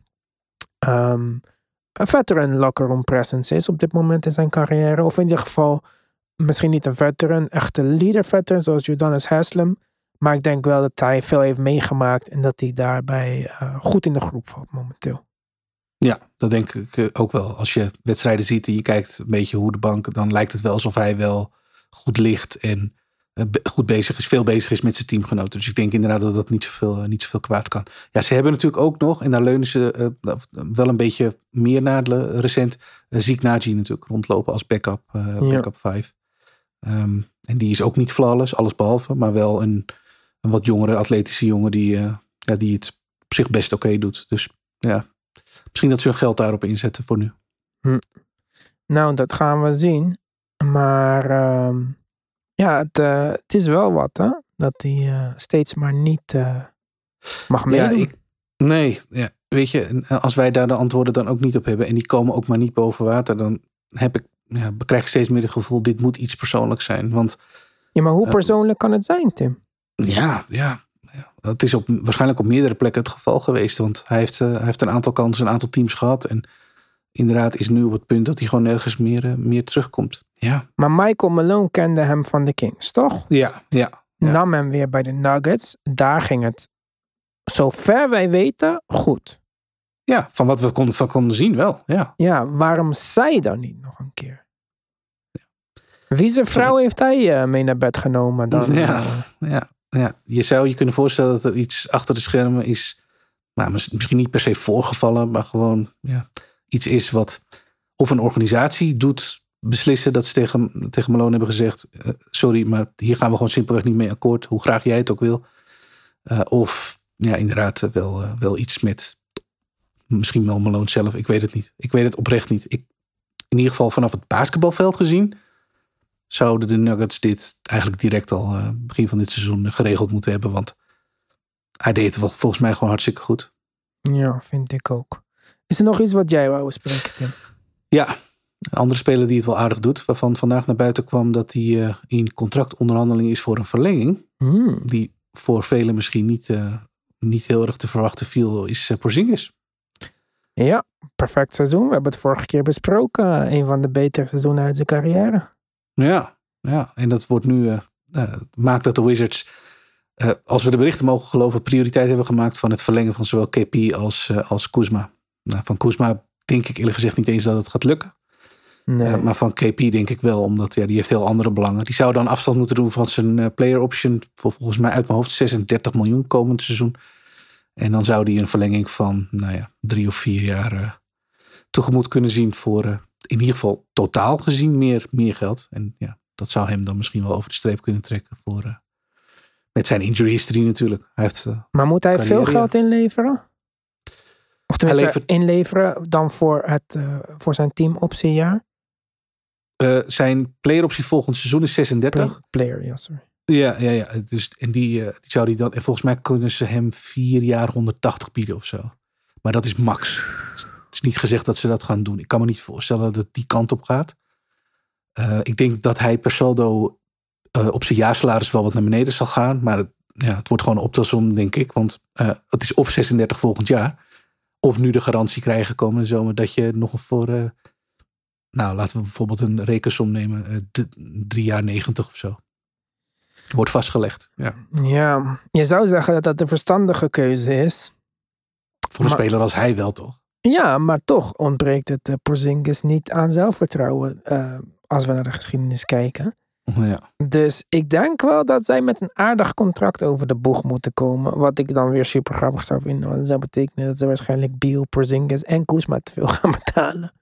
Um, een veteran locker room presence is op dit moment in zijn carrière. Of in ieder geval misschien niet een veteran, echte leader veteran zoals Udonis Haslem. Maar ik denk wel dat hij veel heeft meegemaakt en dat hij daarbij uh, goed in de groep valt momenteel. Ja, dat denk ik ook wel. Als je wedstrijden ziet en je kijkt een beetje hoe de bank, dan lijkt het wel alsof hij wel goed ligt en uh, goed bezig is, veel bezig is met zijn teamgenoten. Dus ik denk inderdaad dat dat niet zoveel, uh, niet zoveel kwaad kan. Ja, ze hebben natuurlijk ook nog, en daar leunen ze uh, wel een beetje meer naar de, recent, uh, Zeke Naji natuurlijk rondlopen als backup, uh, backup vijf. Um, en die is ook niet flawless, alles behalve, maar wel een, een wat jongere atletische jongen die, uh, ja, die het op zich best oké okay doet. Dus ja, misschien dat ze hun geld daarop inzetten voor nu. Hm. Nou, dat gaan we zien. Maar uh, ja, het, uh, het is wel wat, hè? Dat hij uh, steeds maar niet uh, mag meedoen. Ja, ik, nee, ja, weet je, als wij daar de antwoorden dan ook niet op hebben en die komen ook maar niet boven water, dan heb ik, ja, krijg ik steeds meer het gevoel, dit moet iets persoonlijks zijn. Want, ja, maar hoe persoonlijk uh, kan het zijn, Tim? Ja, ja. Ja, het is op, waarschijnlijk op meerdere plekken het geval geweest. Want hij heeft, uh, hij heeft een aantal kansen, een aantal teams gehad. En inderdaad is nu op het punt dat hij gewoon nergens meer, uh, meer terugkomt. Ja. Maar Michael Malone kende hem van de Kings, toch? Ja, ja, ja. Nam hem weer bij de Nuggets. Daar ging het, zover wij weten, goed. Ja, van wat we konden, van konden zien wel. Ja, ja, waarom zij dan niet nog een keer? Ja. Wie zijn vrouw heeft hij uh, mee naar bed genomen dan? Ja, uh, ja. Ja, je zou je kunnen voorstellen dat er iets achter de schermen is. Nou, misschien niet per se voorgevallen, maar gewoon ja, iets is wat. Of een organisatie doet beslissen dat ze tegen, tegen Malone hebben gezegd: uh, sorry, maar hier gaan we gewoon simpelweg niet mee akkoord, hoe graag jij het ook wil. Uh, of ja, inderdaad, wel, uh, wel iets met. Misschien wel Malone zelf, ik weet het niet. Ik weet het oprecht niet. Ik, in ieder geval vanaf het basketbalveld gezien zouden de Nuggets dit eigenlijk direct al uh, begin van dit seizoen geregeld moeten hebben. Want hij deed het volgens mij gewoon hartstikke goed. Ja, vind ik ook. Is er nog iets wat jij wou bespreken, Tim? Ja, een andere speler die het wel aardig doet. Waarvan vandaag naar buiten kwam dat hij uh, in contractonderhandeling is voor een verlenging. Hmm. Die voor velen misschien niet, uh, niet heel erg te verwachten viel, is uh, Porzingis. Ja, perfect seizoen. We hebben het vorige keer besproken. Een van de betere seizoenen uit zijn carrière. Ja, ja, en dat wordt nu, uh, uh, maakt dat de Wizards, uh, als we de berichten mogen geloven, prioriteit hebben gemaakt van het verlengen van zowel K P als, uh, als Kuzma. Nou, van Kuzma denk ik eerlijk gezegd niet eens dat het gaat lukken. Nee. Uh, maar van K P denk ik wel, omdat ja, die heeft heel andere belangen. Die zou dan afstand moeten doen van zijn uh, player option voor volgens mij uit mijn hoofd zesendertig miljoen komend seizoen. En dan zou die een verlenging van, nou ja, drie of vier jaar uh, tegemoet kunnen zien voor uh, in ieder geval totaal gezien meer, meer geld. En ja, dat zou hem dan misschien wel over de streep kunnen trekken voor uh, met zijn injury history natuurlijk. Hij heeft, uh, maar moet hij carrière. veel geld inleveren? Of tenminste levert, inleveren dan voor, het, uh, voor zijn teamoptiejaar? Uh, zijn playeroptie volgend seizoen is zesendertig. Player, ja, sorry. Ja, ja, ja. Dus, en die, uh, die zou die dan. En volgens mij kunnen ze hem vier jaar honderdtachtig bieden of zo. Maar dat is max. Het is niet gezegd dat ze dat gaan doen. Ik kan me niet voorstellen dat het die kant op gaat. Uh, ik denk dat hij per saldo uh, op zijn jaarsalaris wel wat naar beneden zal gaan. Maar het, ja, het wordt gewoon een optelsom, denk ik. Want uh, het is of zesendertig volgend jaar. Of nu de garantie krijgen komende zomer dat je nog voor. Uh, nou, laten we bijvoorbeeld een rekensom nemen. Uh, d- drie jaar negentig of zo. Wordt vastgelegd. Ja. Ja, je zou zeggen dat dat de verstandige keuze is. Voor een maar, speler als hij wel, toch? Ja, maar toch ontbreekt het uh, Porzingis niet aan zelfvertrouwen. Uh, als we naar de geschiedenis kijken. Ja. Dus ik denk wel dat zij met een aardig contract over de boeg moeten komen. Wat ik dan weer super grappig zou vinden. Want dat zou betekenen dat ze waarschijnlijk Beal, Porzingis en Kuzma te veel gaan betalen.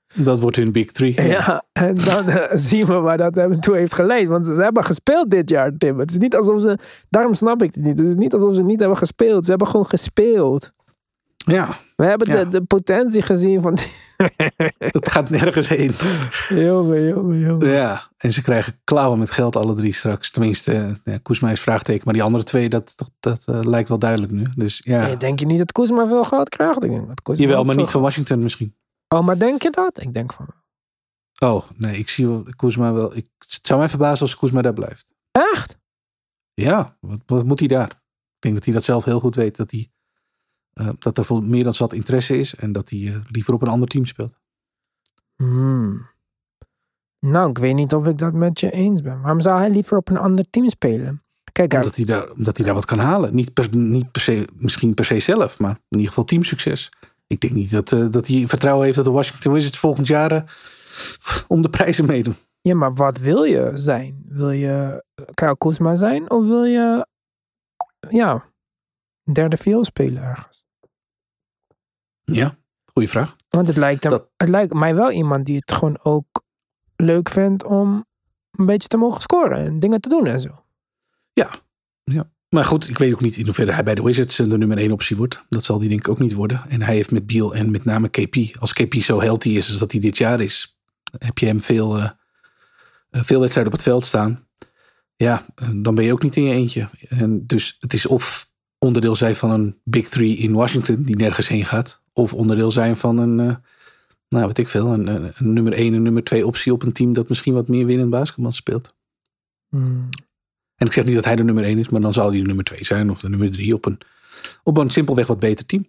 Dat wordt hun big three. Ja, ja en dan uh, zien we waar dat hem toe heeft geleid. Want ze, ze hebben gespeeld dit jaar, Tim. Het is niet alsof ze... Daarom snap ik het niet. Het is niet alsof ze niet hebben gespeeld. Ze hebben gewoon gespeeld. Ja. We hebben ja. de, de potentie gezien van... Het gaat nergens heen. jongen, jongen, jongen. Ja, en ze krijgen klauwen met geld alle drie straks. Tenminste, uh, ja, Kuzma is vraagteken. Maar die andere twee, dat, dat, dat uh, lijkt wel duidelijk nu. Dus ja. Nee, denk je niet dat Kuzma veel geld krijgt? Ik denk dat Kuzma Jawel, maar veel niet van Washington misschien. Oh, maar denk je dat? Ik denk van... Oh, nee, ik zie wel Kuzma wel... Ik, het zou mij verbazen als Kuzma daar blijft. Echt? Ja, wat, wat moet hij daar? Ik denk dat hij dat zelf heel goed weet. Dat, hij, uh, dat er voor meer dan zat interesse is. En dat hij uh, liever op een ander team speelt. Hmm. Nou, ik weet niet of ik dat met je eens ben. Waarom zou hij liever op een ander team spelen? Kijk, Omdat hij daar, omdat hij daar wat kan halen. Niet, per, niet per se, misschien per se zelf, maar in ieder geval teamsucces. Ik denk niet dat, uh, dat hij vertrouwen heeft dat de Washington Wizards volgend jaar uh, om de prijzen meedoen. Ja, maar wat wil je zijn? Wil je Kyle Kuzma zijn? Of wil je ja, derde viool spelen ergens? Ja, goede vraag. Want het lijkt, hem, Dat... het lijkt mij wel iemand die het gewoon ook leuk vindt om een beetje te mogen scoren en dingen te doen en zo. Ja, ja. Maar goed, ik weet ook niet in hoeverre hij bij de Wizards de nummer één optie wordt. Dat zal die denk ik ook niet worden. En hij heeft met Beal en met name K P. Als K P zo healthy is als dat hij dit jaar is, heb je hem veel, uh, veel wedstrijden op het veld staan. Ja, dan ben je ook niet in je eentje. En dus het is of onderdeel zijn van een big three in Washington die nergens heen gaat. Of onderdeel zijn van een, uh, nou weet ik veel, een, een, een nummer één en nummer twee optie op een team dat misschien wat meer winnend basketbal speelt. Hmm. En ik zeg niet dat hij de nummer één is, maar dan zal hij de nummer twee zijn of de nummer drie op een, op een simpelweg wat beter team.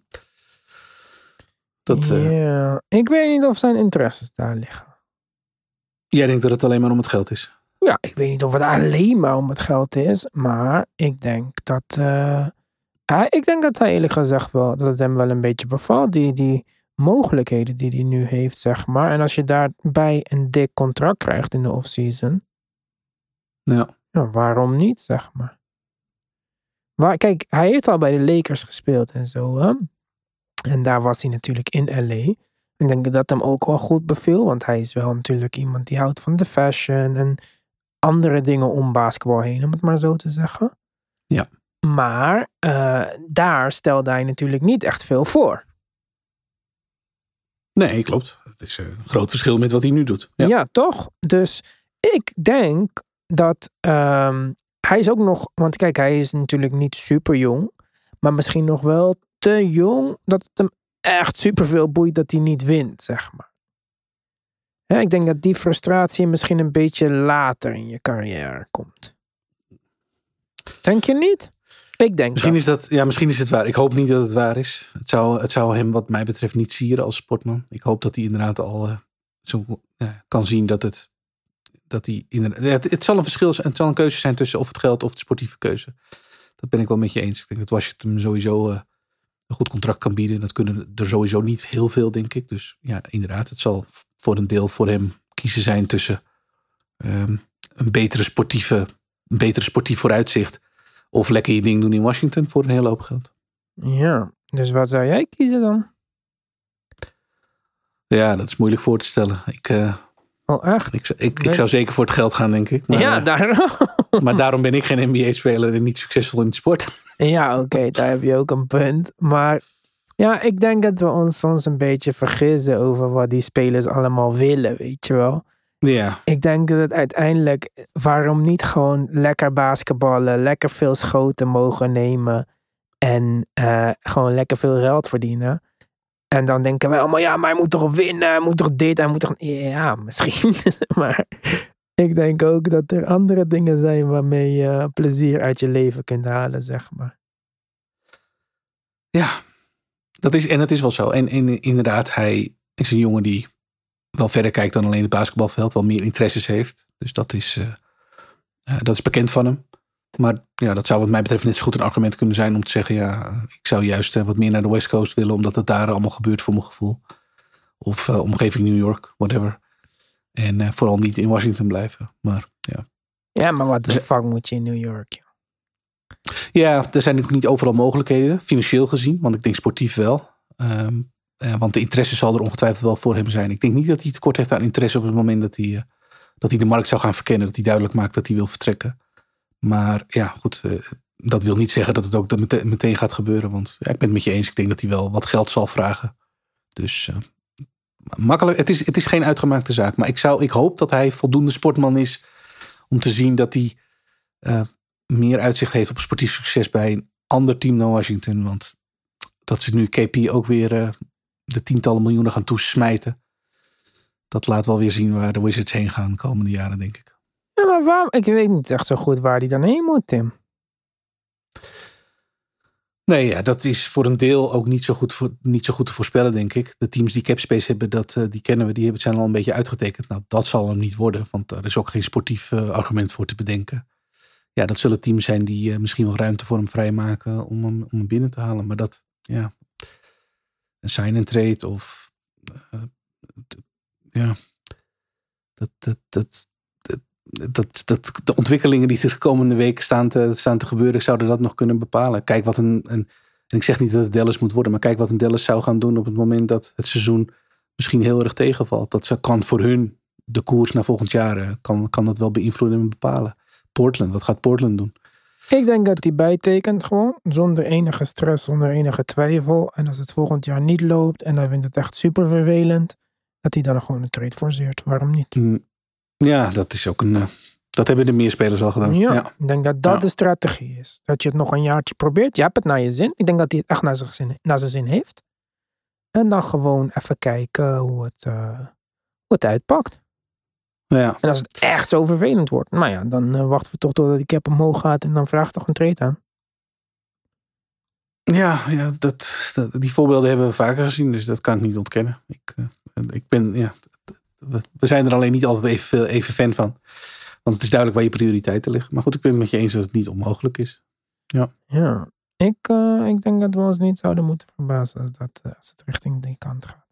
Dat, uh, ja, ik weet niet of zijn interesses daar liggen. Jij denkt dat het alleen maar om het geld is? Ja, ik weet niet of het alleen maar om het geld is, maar ik denk dat, uh, hij, ik denk dat hij eerlijk gezegd wel, dat het hem wel een beetje bevalt, die, die mogelijkheden die hij nu heeft, zeg maar. En als je daarbij een dik contract krijgt in de offseason, ja. ja, waarom niet, zeg maar. Waar, kijk, hij heeft al bij de Lakers gespeeld en zo, hè? En daar was hij natuurlijk in L A. Ik denk dat hem ook wel goed beviel, want hij is wel natuurlijk iemand die houdt van de fashion en andere dingen om basketbal heen, om het maar zo te zeggen. Ja. Maar uh, daar stelde hij natuurlijk niet echt veel voor. Nee, klopt. Het is een groot verschil met wat hij nu doet. Ja, ja toch? Dus ik denk dat um, hij is ook nog, want kijk, hij is natuurlijk niet super jong, maar misschien nog wel te jong dat het hem echt superveel boeit dat hij niet wint, zeg maar. Ja, ik denk dat die frustratie misschien een beetje later in je carrière komt. Denk je niet? Ik denk misschien dat. Is dat. Ja, misschien is het waar. Ik hoop niet dat het waar is. Het zou, het zou hem wat mij betreft niet sieren als sportman. Ik hoop dat hij inderdaad al uh, zo uh, kan zien dat het... Dat hij inderdaad, ja, het, het zal een verschil zijn. Het zal een keuze zijn tussen of het geld of de sportieve keuze. Dat ben ik wel met je eens. Ik denk dat Washington sowieso uh, een goed contract kan bieden. Dat kunnen er sowieso niet heel veel, denk ik. Dus ja, inderdaad. Het zal voor een deel voor hem kiezen zijn tussen um, een betere sportieve, een betere sportief vooruitzicht of lekker je ding doen in Washington voor een hele hoop geld. Ja, dus wat zou jij kiezen dan? Ja, dat is moeilijk voor te stellen. Ik, uh, oh, echt? Ik, ik, ik zou zeker voor het geld gaan, denk ik. Maar, ja, daarom. Maar daarom ben ik geen N B A-speler en niet succesvol in de sport. Ja, oké, okay, daar heb je ook een punt. Maar ja, ik denk dat we ons soms een beetje vergissen over wat die spelers allemaal willen, weet je wel. Ja. Ik denk dat het uiteindelijk, waarom niet gewoon lekker basketballen, lekker veel schoten mogen nemen en uh, gewoon lekker veel geld verdienen. En dan denken wij allemaal, ja, maar hij moet toch winnen, hij moet toch dit, hij moet toch... Ja, misschien. Maar ik denk ook dat er andere dingen zijn waarmee je plezier uit je leven kunt halen, zeg maar. Ja, dat is, en dat is wel zo. En, en inderdaad, hij is een jongen die wel verder kijkt dan alleen het basketbalveld, wel meer interesses heeft. Dus dat is, uh, uh, dat is bekend van hem. Maar ja, dat zou wat mij betreft net zo goed een argument kunnen zijn om te zeggen, ja, ik zou juist uh, wat meer naar de West Coast willen, omdat het daar allemaal gebeurt voor mijn gevoel. Of uh, omgeving New York, whatever. En uh, vooral niet in Washington blijven. Maar ja. Ja, maar wat de dus, fuck moet je in New York? Joh? Ja, er zijn natuurlijk niet overal mogelijkheden, financieel gezien, want ik denk sportief wel. Um, Uh, want de interesse zal er ongetwijfeld wel voor hem zijn. Ik denk niet dat hij tekort heeft aan interesse op het moment dat hij, uh, dat hij de markt zou gaan verkennen. Dat hij duidelijk maakt dat hij wil vertrekken. Maar ja, goed. Uh, dat wil niet zeggen dat het ook dat meteen, meteen gaat gebeuren. Want ja, ik ben het met je eens. Ik denk dat hij wel wat geld zal vragen. Dus uh, makkelijk. Het is, het is geen uitgemaakte zaak. Maar ik, zou, ik hoop dat hij voldoende sportman is om te zien dat hij uh, meer uitzicht heeft op sportief succes bij een ander team dan Washington. Want dat ze nu K P ook weer uh, de tientallen miljoenen gaan toesmijten. Dat laat wel weer zien waar de Wizards heen gaan de komende jaren, denk ik. Ja, maar waarom? Ik weet niet echt zo goed waar die dan heen moet, Tim. Nee, ja, dat is voor een deel ook niet zo goed, voor, niet zo goed te voorspellen, denk ik. De teams die capspace hebben, dat, uh, die kennen we. Die hebben, zijn al een beetje uitgetekend. Nou, dat zal hem niet worden. Want er is ook geen sportief uh, argument voor te bedenken. Ja, dat zullen teams zijn die uh, misschien wel ruimte voor hem vrijmaken om hem, om hem binnen te halen. Maar dat, ja, een sign and trade of uh, t- ja, dat, dat, dat, dat, dat, dat, de ontwikkelingen die er de komende weken staan te, staan te gebeuren, zouden dat nog kunnen bepalen. Kijk wat een, een, en ik zeg niet dat het Dallas moet worden, maar kijk wat een Dallas zou gaan doen op het moment dat het seizoen misschien heel erg tegenvalt. Dat kan voor hun de koers naar volgend jaar, kan, kan dat wel beïnvloeden en bepalen. Portland, wat gaat Portland doen? Ik denk dat hij bijtekent gewoon, zonder enige stress, zonder enige twijfel. En als het volgend jaar niet loopt en hij vindt het echt super vervelend, dat hij daar gewoon een trade forceert. Waarom niet? Ja, dat is ook een... Uh, dat hebben de meer spelers al gedaan. Ja, ja. Ik denk dat dat ja. de strategie is. Dat je het nog een jaartje probeert. Je hebt het naar je zin. Ik denk dat hij het echt naar zijn zin, naar zijn zin heeft. En dan gewoon even kijken hoe het, uh, hoe het uitpakt. Ja. En als het echt zo vervelend wordt, nou ja, dan uh, wachten we toch totdat die cap omhoog gaat en dan vraagt toch een trade aan. Ja, ja dat, dat, die voorbeelden hebben we vaker gezien, dus dat kan ik niet ontkennen. Ik, uh, ik ben, ja, we, we zijn er alleen niet altijd even, even fan van. Want het is duidelijk waar je prioriteiten liggen. Maar goed, ik ben het met je eens dat het niet onmogelijk is. Ja, ja ik, uh, ik denk dat we ons niet zouden moeten verbazen als, dat, uh, als het richting die kant gaat.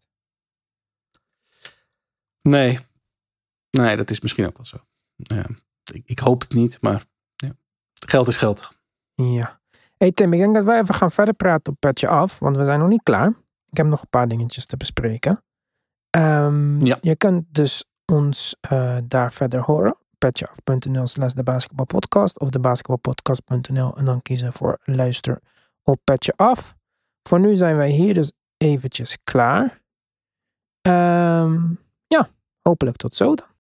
Nee, nee, dat is misschien ook wel zo. Ja, ik, ik hoop het niet, maar ja. Geld is geld. Ja. Hey Tim, ik denk dat wij even gaan verder praten op Petje Af, want we zijn nog niet klaar. Ik heb nog een paar dingetjes te bespreken. Um, ja. Je kunt dus ons uh, daar verder horen. petjeaf.nl slash de basketbalpodcast of de basketbalpodcast.nl en dan kiezen voor luister op Petje Af. Voor nu zijn wij hier dus eventjes klaar. Um, ja, hopelijk tot zo dan.